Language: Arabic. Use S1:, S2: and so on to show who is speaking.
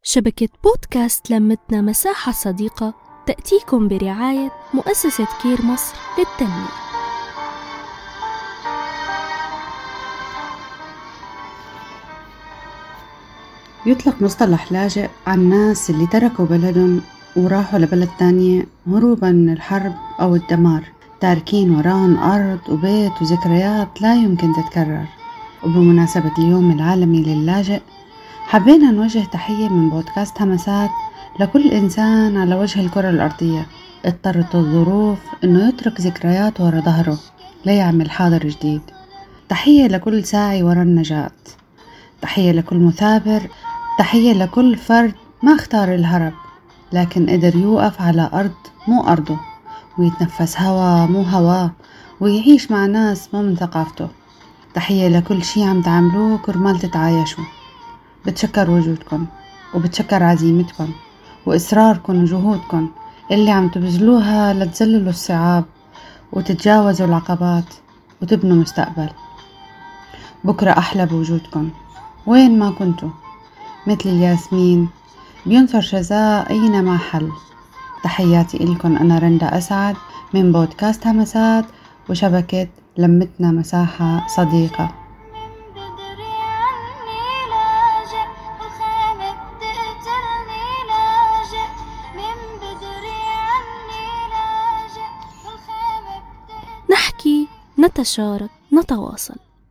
S1: شبكة بودكاست لمتنا مساحة صديقة تأتيكم برعاية مؤسسة كير مصر للتنمية.
S2: يطلق مصطلح لاجئ عن الناس اللي تركوا بلدهم وراحوا لبلد تانية هروبا من الحرب أو الدمار، تاركين وراهم أرض وبيت وذكريات لا يمكن تتكرر. وبمناسبة اليوم العالمي للاجئ حبينا نوجه تحية من بودكاست همسات لكل إنسان على وجه الكرة الأرضية اضطرت الظروف إنه يترك ذكريات ورا ظهره ليعمل حاضر جديد. تحية لكل ساعي ورا النجاة، تحية لكل مثابر، تحية لكل فرد ما اختار الهرب لكن قدر يوقف على أرض مو أرضه، ويتنفس هوا مو هوا، ويعيش مع ناس مو من ثقافته. تحية لكل شي عم تعملوه كرمال تتعايشوا. بتشكر وجودكم وبتشكر عزيمتكم وإصراركم وجهودكم اللي عم تبذلوها لتذللوا الصعاب وتتجاوزوا العقبات وتبنوا مستقبل. بكرة أحلى بوجودكم وين ما كنتوا، مثل الياسمين بينثر شذاء أينما حل. تحياتي إلكم، أنا رندا أسعد من بودكاست همسات وشبكة لمتنا مساحة صديقة.
S1: نحكي، نتشارك، نتواصل.